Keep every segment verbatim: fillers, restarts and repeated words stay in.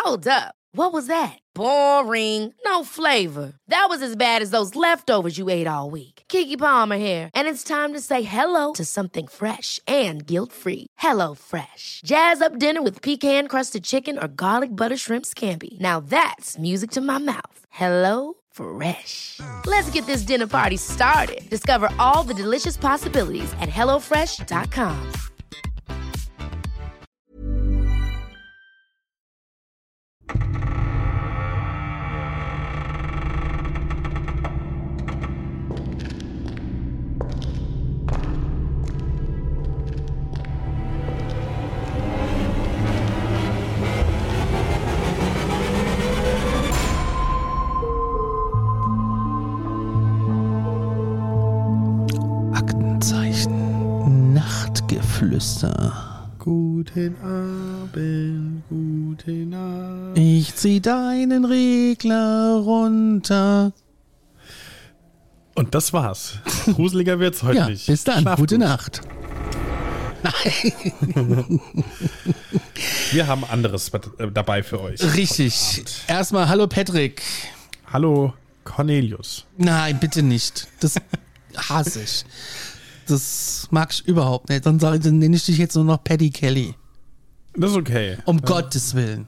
Hold up. What was that? Boring. No flavor. That was as bad as those leftovers you ate all week. Keke Palmer here. And it's time to say hello to something fresh and guilt-free. Hello Fresh. Jazz up dinner with pecan-crusted chicken or garlic butter shrimp scampi. Now that's music to my mouth. Hello Fresh. Let's get this dinner party started. Discover all the delicious possibilities at hello fresh dot com. Nachtgeflüster. Guten Abend, guten Abend. Ich zieh deinen Regler runter. Und das war's. Gruseliger wird's heute Ja, nicht. bis dann. Schlaf Gute gut. Nacht. Nein. Wir haben anderes dabei für euch. Richtig. Erstmal hallo Patrick. Hallo Cornelius. Nein, bitte nicht. Das hasse ich. Das mag ich überhaupt nicht. Dann, sag ich, dann nenne ich dich jetzt nur noch Paddy Kelly. Das ist okay. Um ja. Gottes Willen.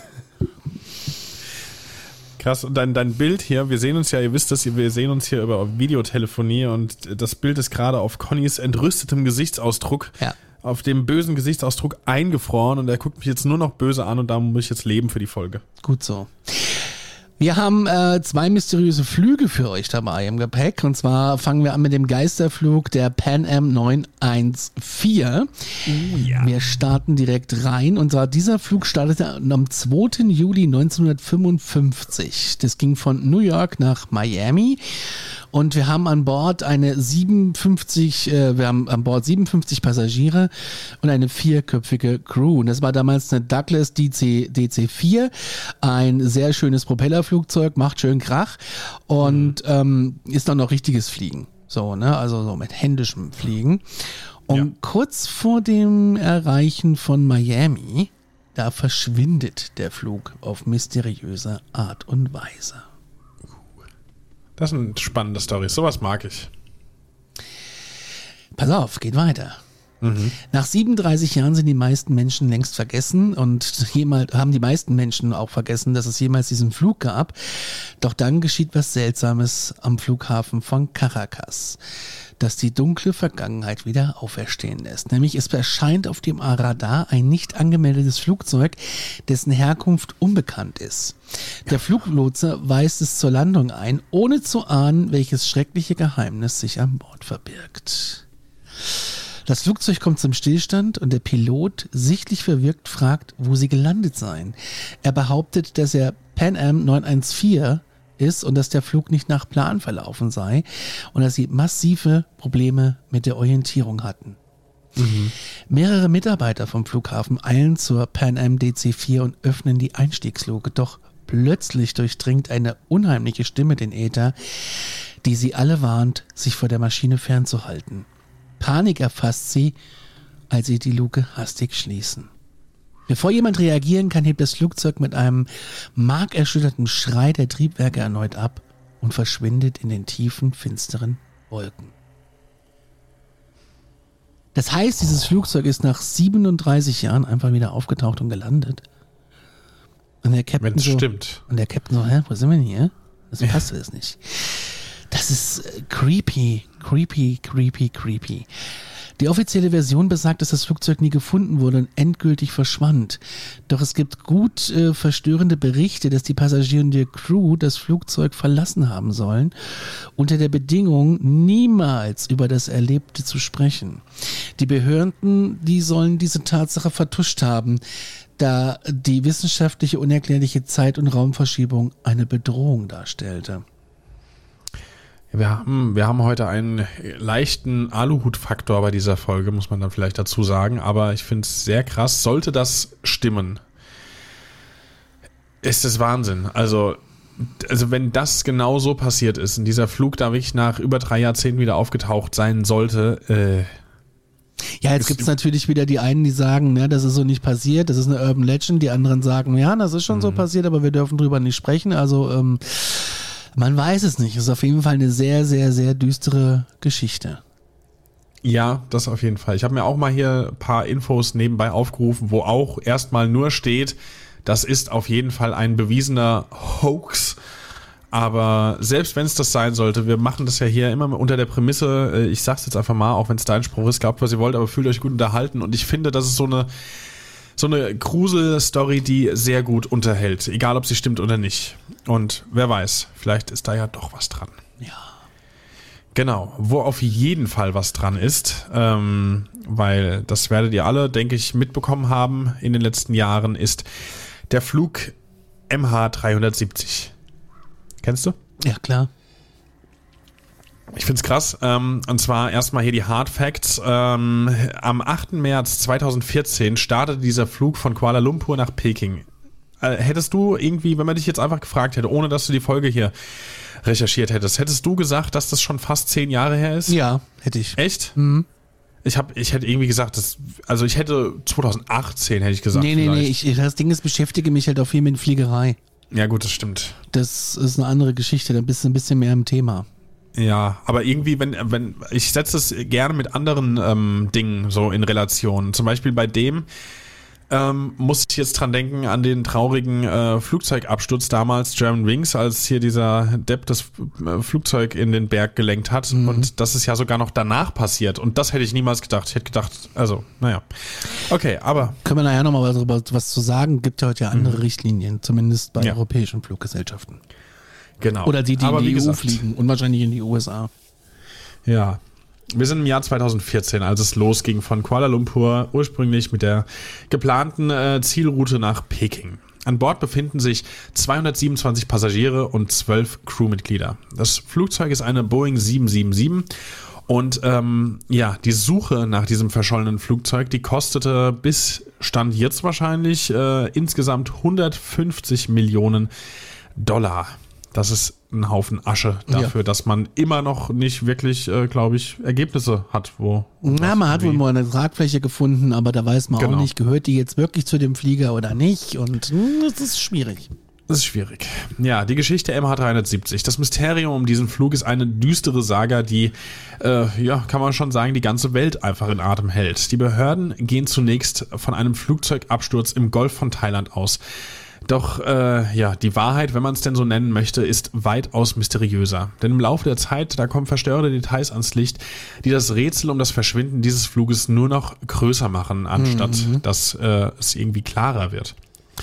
Krass, und dein, dein Bild hier, wir sehen uns ja, ihr wisst das, wir sehen uns hier über Videotelefonie und das Bild ist gerade auf Connys entrüstetem Gesichtsausdruck, Ja. auf dem bösen Gesichtsausdruck eingefroren und er guckt mich jetzt nur noch böse an und da muss ich jetzt leben für die Folge. Gut so. Wir haben äh, zwei mysteriöse Flüge für euch dabei im Gepäck. Und zwar fangen wir an mit dem Geisterflug der Pan Am neun eins vier. Uh, ja. Wir starten direkt rein. Und zwar dieser Flug startete am zweiten Juli neunzehnhundertfünfundfünfzig. Das ging von New York nach Miami. Und wir haben an Bord eine siebenundfünfzig, äh, wir haben an Bord siebenundfünfzig Passagiere und eine vierköpfige Crew. Und das war damals eine Douglas D C vier, ein sehr schönes Propellerflugzeug, macht schön Krach und mhm. ähm, ist dann noch richtiges Fliegen. So, ne, also so mit händischem Fliegen. Und ja. kurz vor dem Erreichen von Miami, da verschwindet der Flug auf mysteriöse Art und Weise. Das sind spannende Storys, sowas mag ich. Pass auf, geht weiter. Mhm. Nach siebenunddreißig Jahren sind die meisten Menschen längst vergessen und jemals, haben die meisten Menschen auch vergessen, dass es jemals diesen Flug gab. Doch dann geschieht was Seltsames am Flughafen von Caracas, das die dunkle Vergangenheit wieder auferstehen lässt. Nämlich es erscheint auf dem Radar ein nicht angemeldetes Flugzeug, dessen Herkunft unbekannt ist. Der Fluglotse weist es zur Landung ein, ohne zu ahnen, welches schreckliche Geheimnis sich an Bord verbirgt. Das Flugzeug kommt zum Stillstand und der Pilot, sichtlich verwirrt, fragt, wo sie gelandet seien. Er behauptet, dass er Pan Am neun eins vier ist und dass der Flug nicht nach Plan verlaufen sei und dass sie massive Probleme mit der Orientierung hatten. Mhm. Mehrere Mitarbeiter vom Flughafen eilen zur Pan Am D C vier und öffnen die Einstiegsluke, doch plötzlich durchdringt eine unheimliche Stimme den Äther, die sie alle warnt, sich vor der Maschine fernzuhalten. Panik erfasst sie, als sie die Luke hastig schließen. Bevor jemand reagieren kann, hebt das Flugzeug mit einem markerschütternden Schrei der Triebwerke erneut ab und verschwindet in den tiefen, finsteren Wolken. Das heißt, dieses Flugzeug ist nach siebenunddreißig Jahren einfach wieder aufgetaucht und gelandet. Und der Captain Wenn's so, stimmt. Und der Captain so, hä, wo sind wir denn hier? Das passt alles nicht. Das ist äh, creepy, creepy, creepy, creepy. Die offizielle Version besagt, dass das Flugzeug nie gefunden wurde und endgültig verschwand. Doch es gibt gut äh, verstörende Berichte, dass die Passagiere und die Crew das Flugzeug verlassen haben sollen, unter der Bedingung, niemals über das Erlebte zu sprechen. Die Behörden, die sollen diese Tatsache vertuscht haben, da die wissenschaftliche unerklärliche Zeit- und Raumverschiebung eine Bedrohung darstellte. Wir haben, wir haben heute einen leichten Aluhut-Faktor bei dieser Folge, muss man dann vielleicht dazu sagen. Aber ich finde es sehr krass. Sollte das stimmen, ist es Wahnsinn. Also, also wenn das genau so passiert ist und dieser Flug da wirklich nach über drei Jahrzehnten wieder aufgetaucht sein sollte, äh, Ja, jetzt gibt's natürlich wieder die einen, die sagen, ne, das ist so nicht passiert, das ist eine Urban Legend. Die anderen sagen, ja, das ist schon mhm. so passiert, aber wir dürfen drüber nicht sprechen. Also ähm, man weiß es nicht. Es ist auf jeden Fall eine sehr, sehr, sehr düstere Geschichte. Ja, das auf jeden Fall. Ich habe mir auch mal hier ein paar Infos nebenbei aufgerufen, wo auch erstmal nur steht, das ist auf jeden Fall ein bewiesener Hoax. Aber selbst wenn es das sein sollte, wir machen das ja hier immer unter der Prämisse, ich sag's jetzt einfach mal, auch wenn es dein Spruch ist, glaubt, was ihr wollt, aber fühlt euch gut unterhalten. Und ich finde, das ist so eine, so eine Grusel-Story, die sehr gut unterhält, egal ob sie stimmt oder nicht. Und wer weiß, vielleicht ist da ja doch was dran. Ja. Genau, wo auf jeden Fall was dran ist, ähm, weil das werdet ihr alle, denke ich, mitbekommen haben in den letzten Jahren, ist der Flug M H dreihundertsiebzig. Kennst du? Ja, klar. Ich find's krass. Ähm, und zwar erstmal hier die Hard Facts. Ähm, am achten März zweitausendvierzehn startete dieser Flug von Kuala Lumpur nach Peking. Äh, hättest du irgendwie, wenn man dich jetzt einfach gefragt hätte, ohne dass du die Folge hier recherchiert hättest, hättest du gesagt, dass das schon fast zehn Jahre her ist? Ja, hätte ich. Echt? Mhm. Ich hab, ich hätte irgendwie gesagt, dass, also ich hätte zweitausendachtzehn hätte ich gesagt. Nee, nee, vielleicht. nee, ich, das Ding ist, beschäftige mich halt auch viel mit Fliegerei. Ja gut, das stimmt. Das ist eine andere Geschichte, da bist du ein bisschen mehr im Thema. Ja, aber irgendwie, wenn, wenn, ich setze es gerne mit anderen ähm, Dingen so in Relation. Zum Beispiel bei dem ähm, muss ich jetzt dran denken an den traurigen äh, Flugzeugabsturz damals, German Wings, als hier dieser Depp das äh, Flugzeug in den Berg gelenkt hat. Mhm. Und das ist ja sogar noch danach passiert. Und das hätte ich niemals gedacht. Ich hätte gedacht, also, naja. Okay, aber... Können wir nachher nochmal darüber was zu sagen? Gibt ja heute ja andere mhm. Richtlinien, zumindest bei ja. europäischen Fluggesellschaften. Genau. Oder die, die aber in die E U gesagt, fliegen und wahrscheinlich in die U S A. Ja. Wir sind im Jahr zweitausendvierzehn, als es losging von Kuala Lumpur, ursprünglich mit der geplanten äh, Zielroute nach Peking. An Bord befinden sich zweihundertsiebenundzwanzig Passagiere und zwölf Crewmitglieder. Das Flugzeug ist eine Boeing sieben sieben sieben und ähm, ja, die Suche nach diesem verschollenen Flugzeug, die kostete bis Stand jetzt wahrscheinlich äh, insgesamt hundertfünfzig Millionen Dollar. Das ist ein Haufen Asche dafür, ja. dass man immer noch nicht wirklich, äh, glaube ich, Ergebnisse hat. Wo Na, man hat wohl mal eine Tragfläche gefunden, aber da weiß man genau. auch nicht, gehört die jetzt wirklich zu dem Flieger oder nicht? Und mh, das ist schwierig. Das ist schwierig. Ja, die Geschichte M H dreihundertsiebzig. Das Mysterium um diesen Flug ist eine düstere Saga, die, äh, ja, kann man schon sagen, die ganze Welt einfach in Atem hält. Die Behörden gehen zunächst von einem Flugzeugabsturz im Golf von Thailand aus. Doch äh, ja, die Wahrheit, wenn man es denn so nennen möchte, ist weitaus mysteriöser. Denn im Laufe der Zeit, da kommen verstörende Details ans Licht, die das Rätsel um das Verschwinden dieses Fluges nur noch größer machen, anstatt mhm. dass äh, es irgendwie klarer wird.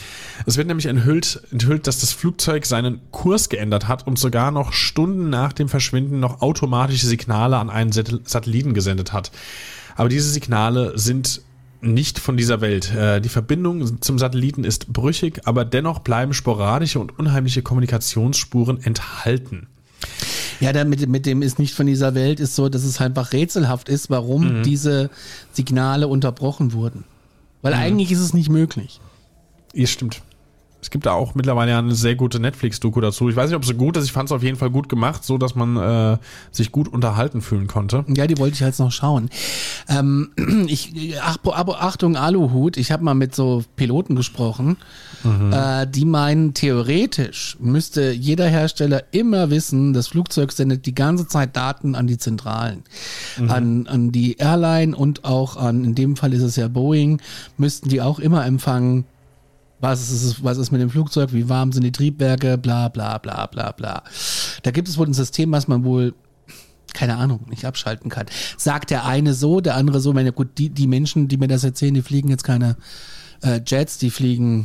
Es wird nämlich enthüllt, enthüllt, dass das Flugzeug seinen Kurs geändert hat und sogar noch Stunden nach dem Verschwinden noch automatische Signale an einen Satelliten gesendet hat. Aber diese Signale sind nicht von dieser Welt. Die Verbindung zum Satelliten ist brüchig, aber dennoch bleiben sporadische und unheimliche Kommunikationsspuren enthalten. Ja, da mit, mit dem ist nicht von dieser Welt ist so, dass es einfach rätselhaft ist, warum mhm. diese Signale unterbrochen wurden. Weil mhm. eigentlich ist es nicht möglich. Ja, stimmt. Es gibt da auch mittlerweile eine sehr gute Netflix-Doku dazu. Ich weiß nicht, ob es so gut ist. Ich fand es auf jeden Fall gut gemacht, so dass man äh, sich gut unterhalten fühlen konnte. Ja, die wollte ich jetzt noch schauen. Ähm, ich, ach, Achtung, Aluhut. Ich habe mal mit so Piloten gesprochen, mhm. äh, die meinen, theoretisch müsste jeder Hersteller immer wissen, das Flugzeug sendet die ganze Zeit Daten an die Zentralen. Mhm. An, an die Airline und auch an, in dem Fall ist es ja Boeing, müssten die auch immer empfangen, Was ist, was ist mit dem Flugzeug? Wie warm sind die Triebwerke? Bla, bla, bla, bla, bla. Da gibt es wohl ein System, was man wohl, keine Ahnung, nicht abschalten kann. Sagt der eine so, der andere so. Meine, gut, die, die Menschen, die mir das erzählen, die fliegen jetzt keine äh, Jets, die fliegen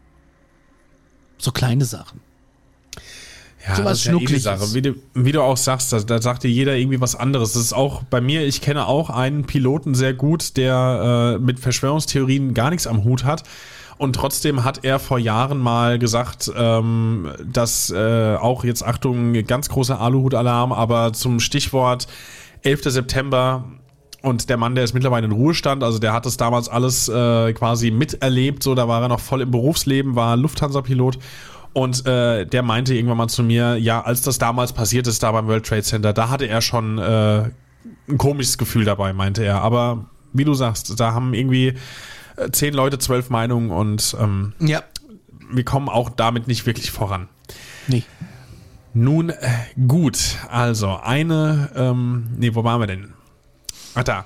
so kleine Sachen. Ja, so was das ist ja eh die Sache. Wie du, wie du auch sagst, da, da sagt dir jeder irgendwie was anderes. Das ist auch bei mir, ich kenne auch einen Piloten sehr gut, der äh, mit Verschwörungstheorien gar nichts am Hut hat. Und trotzdem hat er vor Jahren mal gesagt, ähm, dass äh, auch jetzt, Achtung, ganz großer Aluhut-Alarm, aber zum Stichwort elfter September und der Mann, der ist mittlerweile in Ruhestand, also der hat das damals alles äh, quasi miterlebt, so, da war er noch voll im Berufsleben, war Lufthansa-Pilot und äh, der meinte irgendwann mal zu mir, ja, als das damals passiert ist, da beim World Trade Center, da hatte er schon äh, ein komisches Gefühl dabei, meinte er, aber wie du sagst, da haben irgendwie zehn Leute zwölf Meinungen und ähm, ja. wir kommen auch damit nicht wirklich voran. Nee. Nun äh, gut, also eine, ähm, nee, wo waren wir denn? Ach da.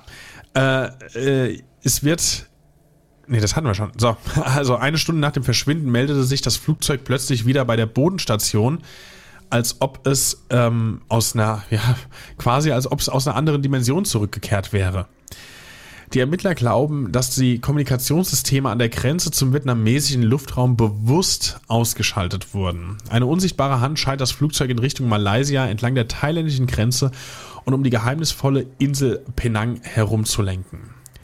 Äh, äh, es wird, nee, das hatten wir schon. So, also eine Stunde nach dem Verschwinden meldete sich das Flugzeug plötzlich wieder bei der Bodenstation, als ob es ähm, aus einer, ja, quasi als ob es aus einer anderen Dimension zurückgekehrt wäre. Die Ermittler glauben, dass die Kommunikationssysteme an der Grenze zum vietnamesischen Luftraum bewusst ausgeschaltet wurden. Eine unsichtbare Hand scheint das Flugzeug in Richtung Malaysia entlang der thailändischen Grenze und um die geheimnisvolle Insel Penang herumzulenken.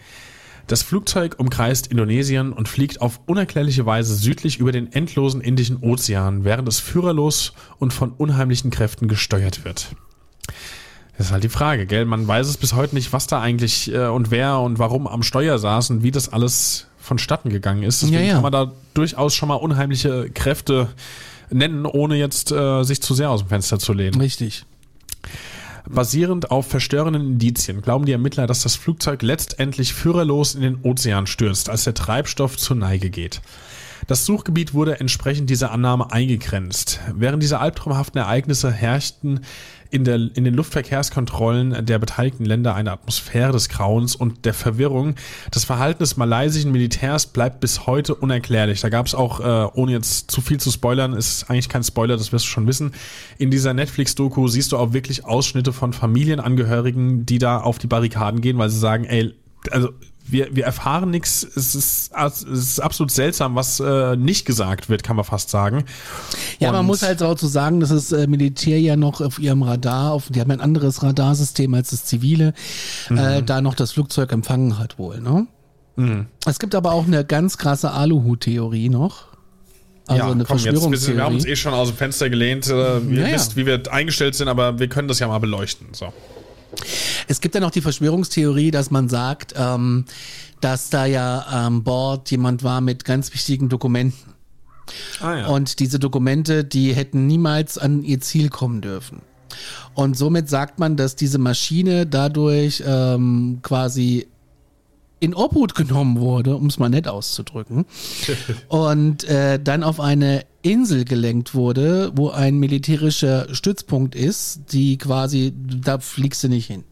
Das Flugzeug umkreist Indonesien und fliegt auf unerklärliche Weise südlich über den endlosen Indischen Ozean, während es führerlos und von unheimlichen Kräften gesteuert wird. Das ist halt die Frage, gell? Man weiß es bis heute nicht, was da eigentlich äh, und wer und warum am Steuer saß und wie das alles vonstatten gegangen ist. Deswegen ja, ja. kann man da durchaus schon mal unheimliche Kräfte nennen, ohne jetzt äh, sich zu sehr aus dem Fenster zu lehnen. Richtig. Basierend auf verstörenden Indizien glauben die Ermittler, dass das Flugzeug letztendlich führerlos in den Ozean stürzt, als der Treibstoff zur Neige geht. Das Suchgebiet wurde entsprechend dieser Annahme eingegrenzt. Während dieser albtraumhaften Ereignisse herrschten in, der, in den Luftverkehrskontrollen der beteiligten Länder eine Atmosphäre des Grauens und der Verwirrung. Das Verhalten des malaysischen Militärs bleibt bis heute unerklärlich. Da gab es auch, äh, ohne jetzt zu viel zu spoilern, ist eigentlich kein Spoiler, das wirst du schon wissen, in dieser Netflix-Doku siehst du auch wirklich Ausschnitte von Familienangehörigen, die da auf die Barrikaden gehen, weil sie sagen, ey, also Wir, wir erfahren nichts, es ist, es ist absolut seltsam, was äh, nicht gesagt wird, kann man fast sagen. Ja, Und man muss halt auch zu sagen, dass das äh, Militär ja noch auf ihrem Radar, auf, die haben ein anderes Radarsystem als das zivile, mhm. äh, da noch das Flugzeug empfangen hat wohl. Ne? Mhm. Es gibt aber auch eine ganz krasse Aluhut-Theorie noch. Also ja, eine komm, Verschwörungstheorie. jetzt, wir, wir haben uns eh schon aus dem Fenster gelehnt. Äh, ihr ja, wisst, ja. wie wir eingestellt sind, aber wir können das ja mal beleuchten. So. Es gibt ja noch die Verschwörungstheorie, dass man sagt, ähm, dass da ja an Bord jemand war mit ganz wichtigen Dokumenten. Ah, ja. Und diese Dokumente, die hätten niemals an ihr Ziel kommen dürfen. Und somit sagt man, dass diese Maschine dadurch ähm, quasi in Obhut genommen wurde, um es mal nett auszudrücken, und äh, dann auf eine Insel gelenkt wurde, wo ein militärischer Stützpunkt ist, die quasi, da fliegst du nicht hin.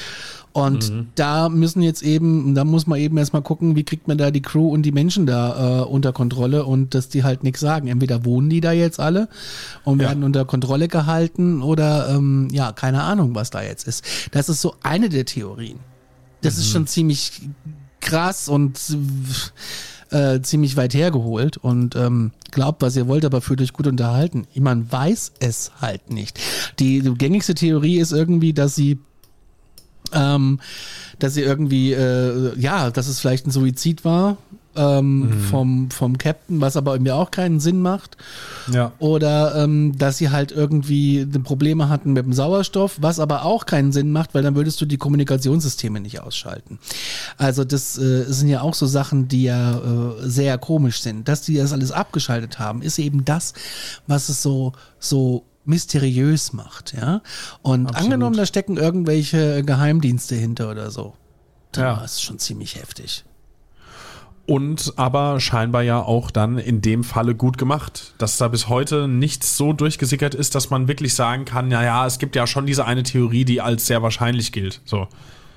Und mhm. da müssen jetzt eben, da muss man eben erstmal gucken, wie kriegt man da die Crew und die Menschen da äh, unter Kontrolle und dass die halt nichts sagen. Entweder wohnen die da jetzt alle und werden ja. unter Kontrolle gehalten oder ähm, ja, keine Ahnung, was da jetzt ist. Das ist so eine der Theorien. Das mhm. ist schon ziemlich krass und äh, ziemlich weit hergeholt und ähm, glaubt, was ihr wollt, aber fühlt euch gut unterhalten. Man weiß es halt nicht. Die, die gängigste Theorie ist irgendwie, dass sie ähm, dass sie irgendwie, äh, ja, dass es vielleicht ein Suizid war ähm, mhm. vom, vom Captain, was aber irgendwie auch keinen Sinn macht. Ja. Oder ähm, dass sie halt irgendwie Probleme hatten mit dem Sauerstoff, was aber auch keinen Sinn macht, weil dann würdest du die Kommunikationssysteme nicht ausschalten. Also das äh, sind ja auch so Sachen, die ja äh, sehr komisch sind. Dass die das alles abgeschaltet haben, ist eben das, was es so, so mysteriös macht, ja. Und Absolut. Angenommen, da stecken irgendwelche Geheimdienste hinter oder so. Dann ja. war es schon ziemlich heftig. Und aber scheinbar ja auch dann in dem Falle gut gemacht, dass da bis heute nichts so durchgesickert ist, dass man wirklich sagen kann, ja, ja, es gibt ja schon diese eine Theorie, die als sehr wahrscheinlich gilt. So.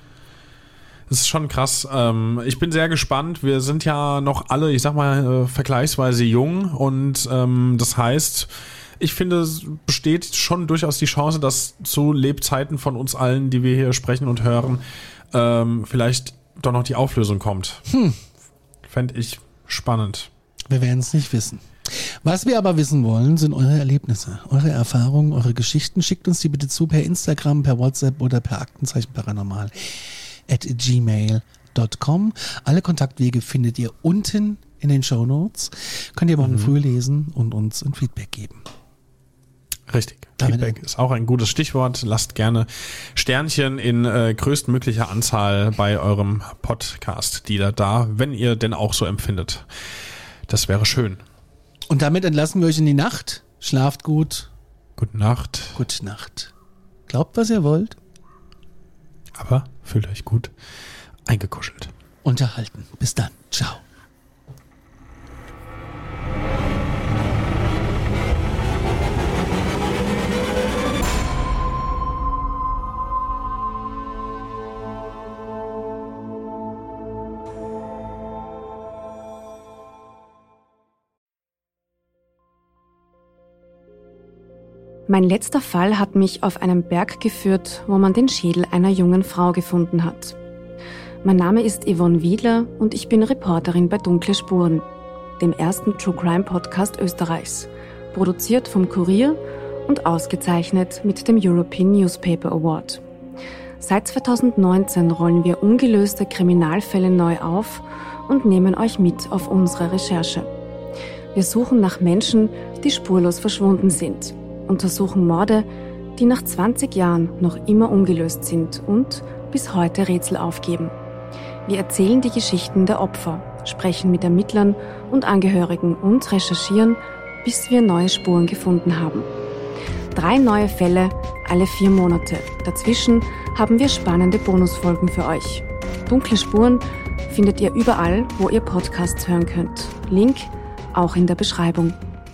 Das ist schon krass. Ähm, ich bin sehr gespannt. Wir sind ja noch alle, ich sag mal, äh, vergleichsweise jung und ähm, das heißt, ich finde, es besteht schon durchaus die Chance, dass zu Lebzeiten von uns allen, die wir hier sprechen und hören, ähm, vielleicht doch noch die Auflösung kommt. Hm. Fände ich spannend. Wir werden es nicht wissen. Was wir aber wissen wollen, sind eure Erlebnisse, eure Erfahrungen, eure Geschichten. Schickt uns die bitte zu per Instagram, per WhatsApp oder per Aktenzeichen Paranormal at gmail dot com. Alle Kontaktwege findet ihr unten in den Shownotes. Könnt ihr morgen mhm. früh lesen und uns ein Feedback geben. Richtig. Damit Feedback ist auch ein gutes Stichwort. Lasst gerne Sternchen in äh, größtmöglicher Anzahl bei eurem Podcast-Dealer da, wenn ihr denn auch so empfindet. Das wäre schön. Und damit entlassen wir euch in die Nacht. Schlaft gut. Gute Nacht. Gute Nacht. Glaubt, was ihr wollt. Aber fühlt euch gut. eingekuschelt. Unterhalten. Bis dann. Ciao. Mein letzter Fall hat mich auf einen Berg geführt, wo man den Schädel einer jungen Frau gefunden hat. Mein Name ist Yvonne Wiedler und ich bin Reporterin bei Dunkle Spuren, dem ersten True Crime Podcast Österreichs, produziert vom Kurier und ausgezeichnet mit dem European Newspaper Award. Seit zweitausendneunzehn rollen wir ungelöste Kriminalfälle neu auf und nehmen euch mit auf unsere Recherche. Wir suchen nach Menschen, die spurlos verschwunden sind, untersuchen Morde, die nach zwanzig Jahren noch immer ungelöst sind und bis heute Rätsel aufgeben. Wir erzählen die Geschichten der Opfer, sprechen mit Ermittlern und Angehörigen und recherchieren, bis wir neue Spuren gefunden haben. Drei neue Fälle, alle vier Monate. Dazwischen haben wir spannende Bonusfolgen für euch. Dunkle Spuren findet ihr überall, wo ihr Podcasts hören könnt. Link auch in der Beschreibung.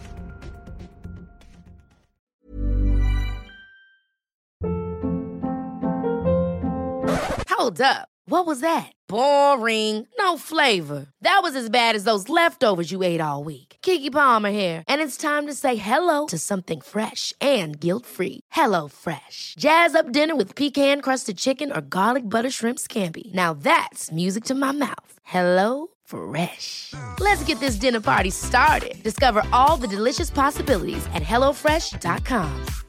Hold up. What was that? Boring. No flavor. That was as bad as those leftovers you ate all week. Keke Palmer here, and it's time to say hello to something fresh and guilt-free. Hello Fresh. Jazz up dinner with pecan-crusted chicken or garlic butter shrimp scampi. Now that's music to my mouth. Hello Fresh. Let's get this dinner party started. Discover all the delicious possibilities at hello fresh dot com.